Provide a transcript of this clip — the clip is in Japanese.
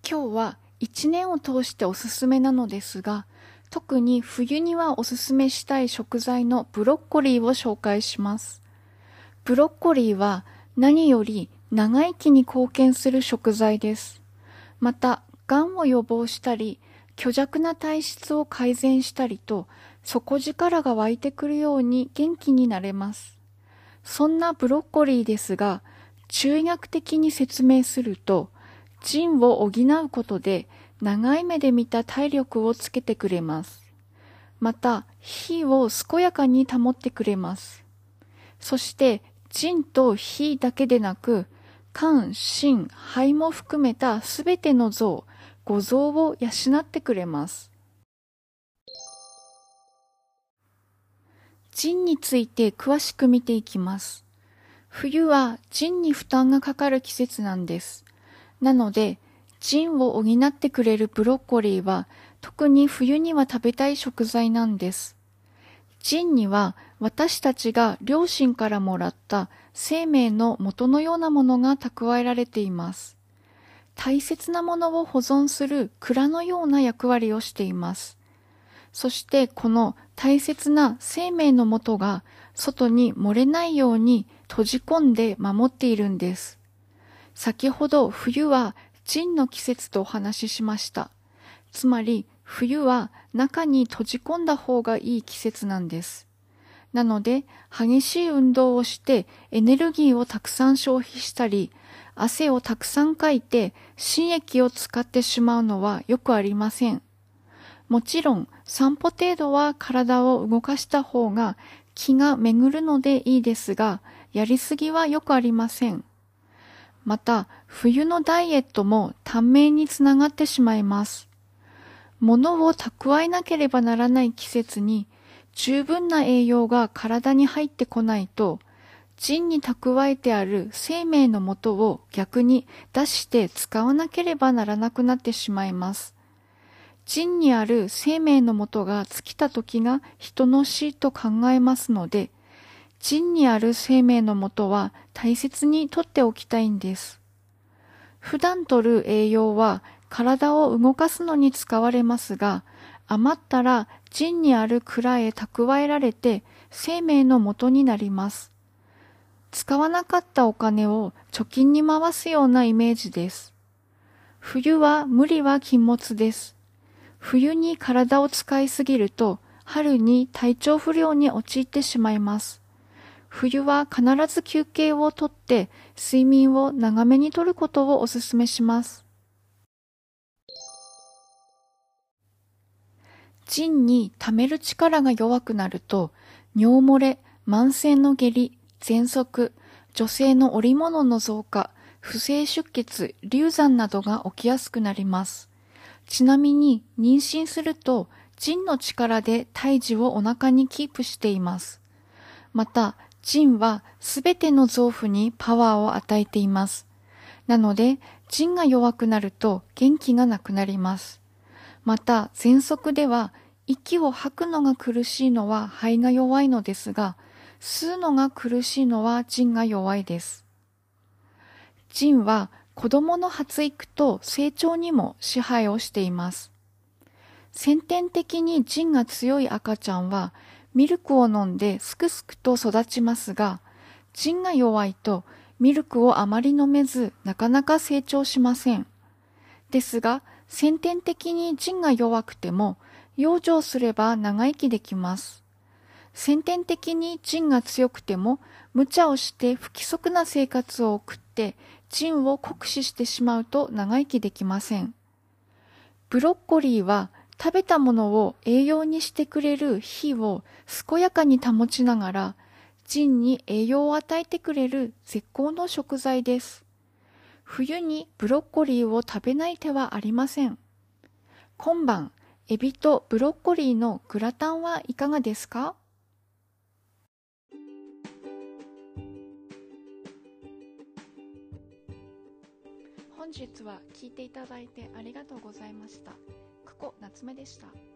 今日は一年を通しておすすめなのですが、特に冬にはおすすめしたい食材のブロッコリーを紹介します。ブロッコリーは何より長生きに貢献する食材です。また、がんを予防したり、虚弱な体質を改善したりと、底力が湧いてくるように元気になれます。そんなブロッコリーですが、中医学的に説明すると、腎を補うことで長い目で見た体力をつけてくれます。また、脾を健やかに保ってくれます。そして、腎と脾だけでなく、肝、心、肺も含めたすべての臓、五臓を養ってくれます。腎について詳しく見ていきます。冬は腎に負担がかかる季節なんです。なので、腎を補ってくれるブロッコリーは、特に冬には食べたい食材なんです。腎には私たちが両親からもらった生命の元のようなものが蓄えられています。大切なものを保存する蔵のような役割をしています。そしてこの大切な生命の元が外に漏れないように閉じ込んで守っているんです。先ほど冬は腎の季節とお話ししました。つまり冬は中に閉じ込んだ方がいい季節なんです。なので激しい運動をしてエネルギーをたくさん消費したり、汗をたくさんかいて心液を使ってしまうのはよくありません。もちろん散歩程度は体を動かした方が気が巡るのでいいですが、やりすぎはよくありません。また、冬のダイエットも短命につながってしまいます。物を蓄えなければならない季節に十分な栄養が体に入ってこないと、腎に蓄えてある生命の元を逆に出して使わなければならなくなってしまいます。腎にある生命の元が尽きた時が人の死と考えますので、腎にある生命の元は大切にとっておきたいんです。普段摂る栄養は体を動かすのに使われますが、余ったら腎にある蔵へ蓄えられて生命の元になります。使わなかったお金を貯金に回すようなイメージです。冬は無理は禁物です。冬に体を使いすぎると春に体調不良に陥ってしまいます。冬は必ず休憩をとって睡眠を長めにとることをお勧めします。腎に溜める力が弱くなると尿漏れ、慢性の下痢、喘息、女性の織物の増加、不正出血、流産などが起きやすくなります。ちなみに妊娠すると腎の力で胎児をお腹にキープしています。また、腎はすべての臓腑にパワーを与えています。なので、腎が弱くなると元気がなくなります。また、喘息では息を吐くのが苦しいのは肺が弱いのですが、吸うのが苦しいのは腎が弱いです。腎は子供の発育と成長にも支配をしています。先天的に腎が強い赤ちゃんはミルクを飲んですくすくと育ちますが、腎が弱いとミルクをあまり飲めずなかなか成長しません。ですが、先天的に腎が弱くても養生すれば長生きできます。先天的に腎が強くても無茶をして不規則な生活を送って腎を酷使してしまうと長生きできません。ブロッコリーは食べたものを栄養にしてくれる脾を健やかに保ちながら腎に栄養を与えてくれる絶好の食材です。冬にブロッコリーを食べない手はありません。今晩、エビとブロッコリーのグラタンはいかがですか？本日は聞いていただいてありがとうございました。久保夏目でした。